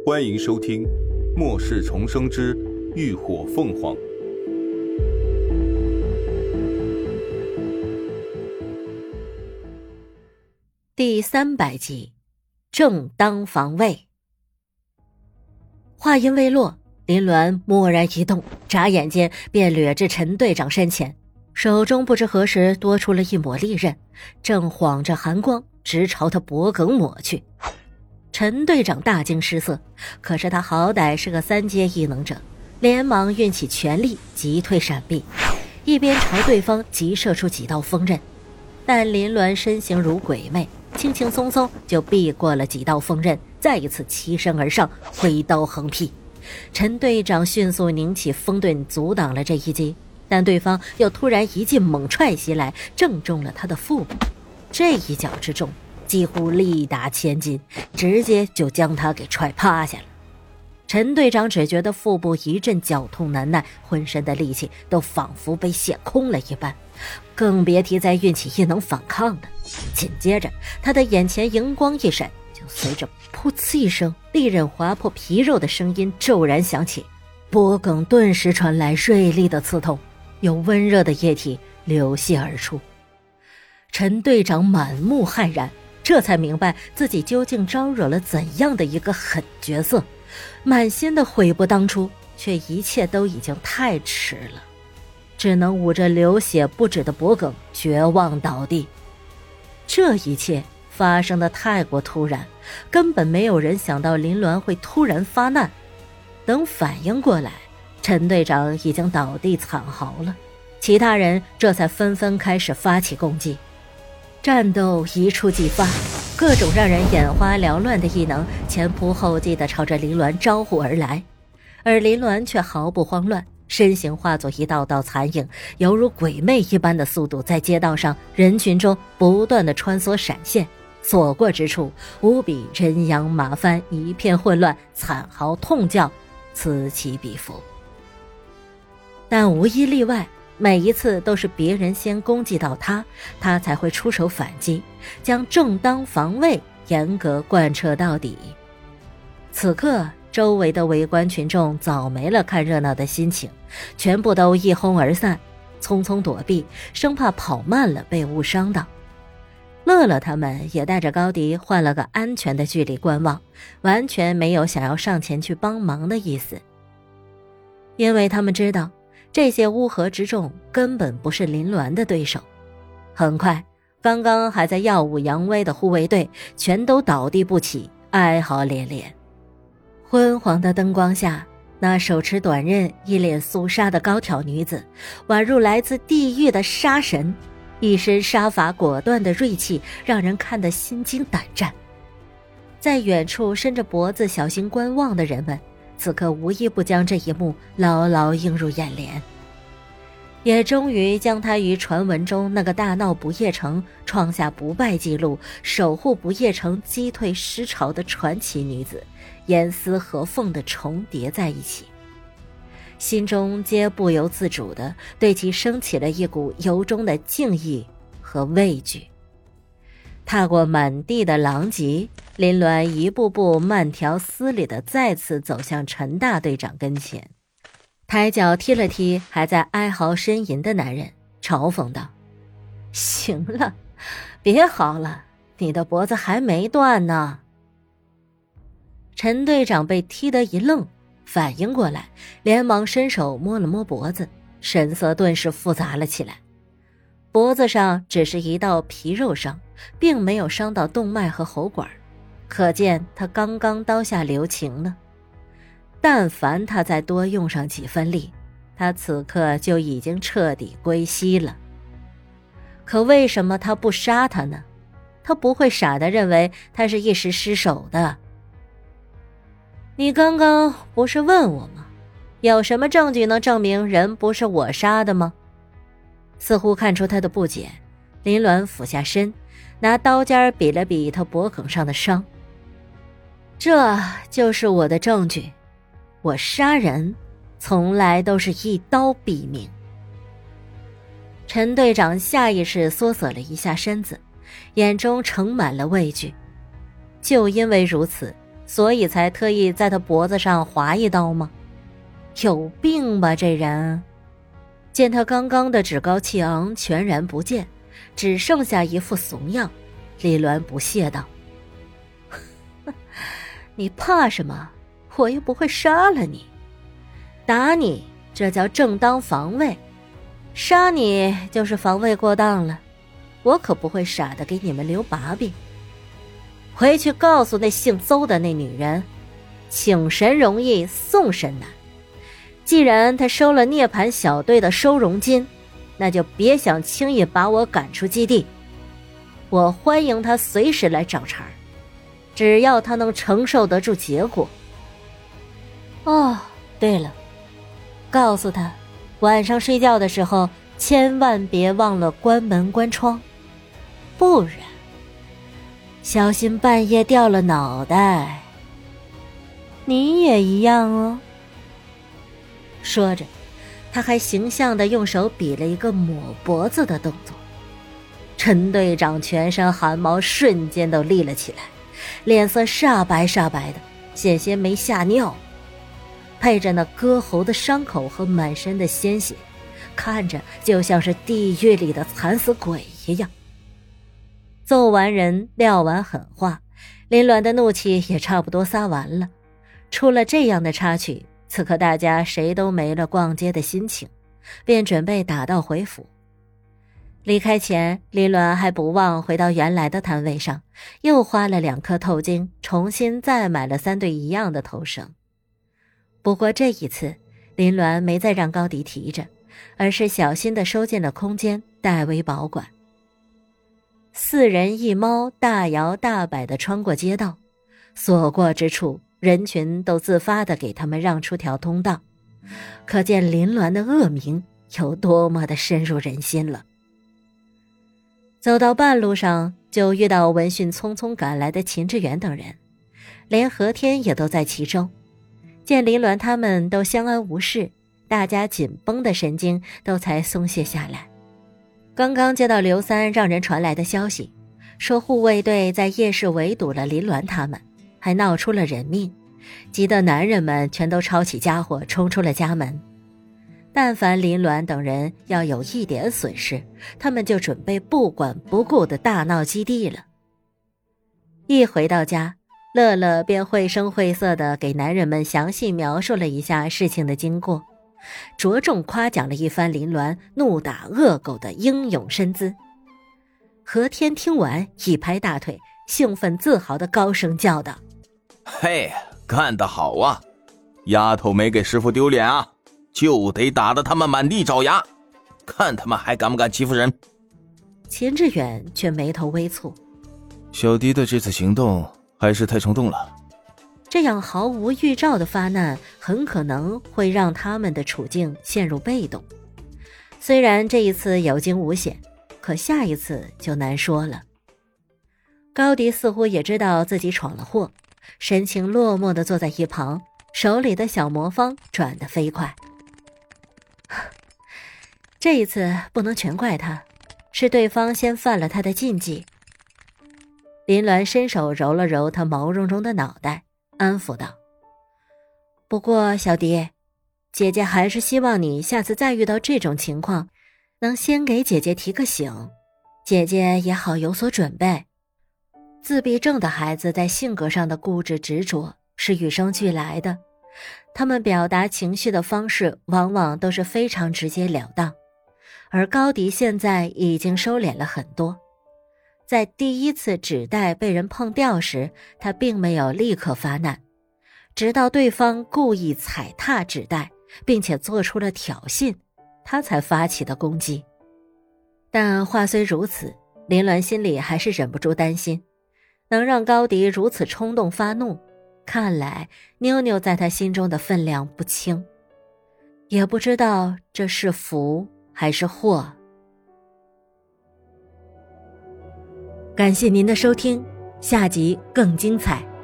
欢迎收听《末世重生之浴火凤凰》 第300集，正当防卫。话音未落，林鸾蓦然一动，眨眼间便掠至陈队长身前，手中不知何时多出了一抹利刃，正晃着寒光直朝他脖颈抹去。陈队长大惊失色，可是他好歹是个3阶异能者，连忙运起全力急退闪避，一边朝对方急射出几道锋刃。但林鸾身形如鬼魅，轻轻松松就避过了几道锋刃，再一次齐身而上，挥刀横劈。陈队长迅速拧起风盾阻挡了这一击，但对方又突然一记猛踹袭来，正中了他的腹部。这一脚之重几乎力达千斤，直接就将他给踹趴下了。陈队长只觉得腹部一阵绞痛难耐，浑身的力气都仿佛被泄空了一般，更别提再运起异能反抗了。紧接着他的眼前荧光一闪，就随着噗呲一声利刃划破皮肉的声音骤然响起，脖颈顿时传来锐利的刺痛，有温热的液体流泻而出。陈队长满目骇然，这才明白自己究竟招惹了怎样的一个狠角色，满心的悔不当初，却一切都已经太迟了，只能捂着流血不止的脖颈绝望倒地。这一切发生的太过突然，根本没有人想到林鸾会突然发难。等反应过来，陈队长已经倒地惨嚎了，其他人这才纷纷开始发起攻击。战斗一触即发，各种让人眼花缭乱的异能前仆后继地朝着林鸾招呼而来，而林鸾却毫不慌乱，身形化作一道道残影，犹如鬼魅一般的速度在街道上人群中不断地穿梭闪现，所过之处无比人仰马翻，一片混乱，惨嚎痛叫此起彼伏。但无一例外，每一次都是别人先攻击到他才会出手反击，将正当防卫严格贯彻到底。此刻周围的围观群众早没了看热闹的心情，全部都一哄而散，匆匆躲避，生怕跑慢了被误伤到。乐乐他们也带着高迪换了个安全的距离观望，完全没有想要上前去帮忙的意思，因为他们知道这些乌合之众根本不是林鸾的对手。很快，刚刚还在耀武扬威的护卫队全都倒地不起，哀嚎连连。昏黄的灯光下，那手持短刃一脸肃杀的高挑女子宛如来自地狱的杀神，一身杀伐果断的锐气让人看得心惊胆战。在远处伸着脖子小心观望的人们，此刻无一不将这一幕牢牢映入眼帘，也终于将他于传闻中那个大闹不夜城创下不败记录，守护不夜城击退尸潮的传奇女子严丝合缝地重叠在一起，心中皆不由自主地对其升起了一股由衷的敬意和畏惧。踏过满地的狼藉，林鸾一步步慢条斯理地再次走向陈大队长跟前，抬脚踢了踢还在哀嚎呻吟的男人，嘲讽道：行了，别嚎了，你的脖子还没断呢。陈队长被踢得一愣，反应过来，连忙伸手摸了摸脖子，神色顿时复杂了起来。脖子上只是一道皮肉伤，并没有伤到动脉和喉管，可见他刚刚刀下留情呢。但凡他再多用上几分力，他此刻就已经彻底归西了。可为什么他不杀他呢？他不会傻地认为他是一时失手的。你刚刚不是问我吗？有什么证据能证明人不是我杀的吗？似乎看出他的不解，林鸾俯下身，拿刀尖比了比他脖颈上的伤。这就是我的证据，我杀人从来都是一刀毙命。陈队长下意识缩索了一下身子，眼中盛满了畏惧。就因为如此， 所以才特意在他脖子上划一刀吗？有病吧这人！见他刚刚的趾高气昂全然不见，只剩下一副怂样，李鸾不屑道：你怕什么？我又不会杀了你。打你这叫正当防卫，杀你就是防卫过当了。我可不会傻的给你们留把柄。回去告诉那姓邹的那女人，请神容易送神难。既然她收了涅槃小队的收容金，那就别想轻易把我赶出基地。我欢迎她随时来找茬，只要她能承受得住结果。哦，对了，告诉她，晚上睡觉的时候千万别忘了关门关窗，不然小心半夜掉了脑袋。你也一样哦。说着，他还形象地用手比了一个抹脖子的动作。陈队长全身汗毛瞬间都立了起来，脸色煞白煞白的，险些没吓尿。配着那割喉的伤口和满身的鲜血，看着就像是地狱里的惨死鬼一样。揍完人，撂完狠话，林鸾的怒气也差不多撒完了。出了这样的插曲，此刻大家谁都没了逛街的心情，便准备打道回府。离开前，林鸾还不忘回到原来的摊位上，又花了2颗透晶，重新再买了3对一样的头绳。不过这一次，林鸾没再让高迪提着，而是小心地收进了空间，代为保管。4人1猫大摇大摆地穿过街道，所过之处人群都自发地给他们让出条通道，可见林鸾的恶名有多么的深入人心了。走到半路上，就遇到闻讯匆匆赶来的秦志远等人，连何天也都在其中。见林鸾他们都相安无事，大家紧绷的神经都才松懈下来。刚刚接到刘三让人传来的消息，说护卫队在夜市围堵了林鸾他们，还闹出了人命，急得男人们全都抄起家伙冲出了家门。但凡林鸾等人要有一点损失，他们就准备不管不顾的大闹基地了。一回到家，乐乐便绘声绘色地给男人们详细描述了一下事情的经过，着重夸奖了一番林鸾怒打恶狗的英勇身姿。何天听完一拍大腿，兴奋自豪地高声叫道： 嘿，干得好啊，丫头没给师父丢脸啊，就得打得他们满地找牙，看他们还敢不敢欺负人。 秦志远却眉头微蹙， 小迪的这次行动还是太冲动了， 这样毫无预兆的发难很可能会让他们的处境陷入被动。虽然这一次有惊无险，可下一次就难说了。高迪似乎也知道自己闯了祸，神情落寞地坐在一旁，手里的小魔方转得飞快。这一次不能全怪他，是对方先犯了他的禁忌。林鸾伸手揉了揉他毛茸茸的脑袋，安抚道：不过小迪，姐姐还是希望你下次再遇到这种情况，能先给姐姐提个醒，姐姐也好有所准备。自闭症的孩子在性格上的固执执着是与生俱来的，他们表达情绪的方式往往都是非常直截了当，而高迪现在已经收敛了很多。在第一次纸袋被人碰掉时，他并没有立刻发难，直到对方故意踩踏纸袋，并且做出了挑衅，他才发起的攻击。但话虽如此，林鸾心里还是忍不住担心，能让高迪如此冲动发怒，看来妞妞在他心中的分量不轻，也不知道这是福还是祸。感谢您的收听，下集更精彩。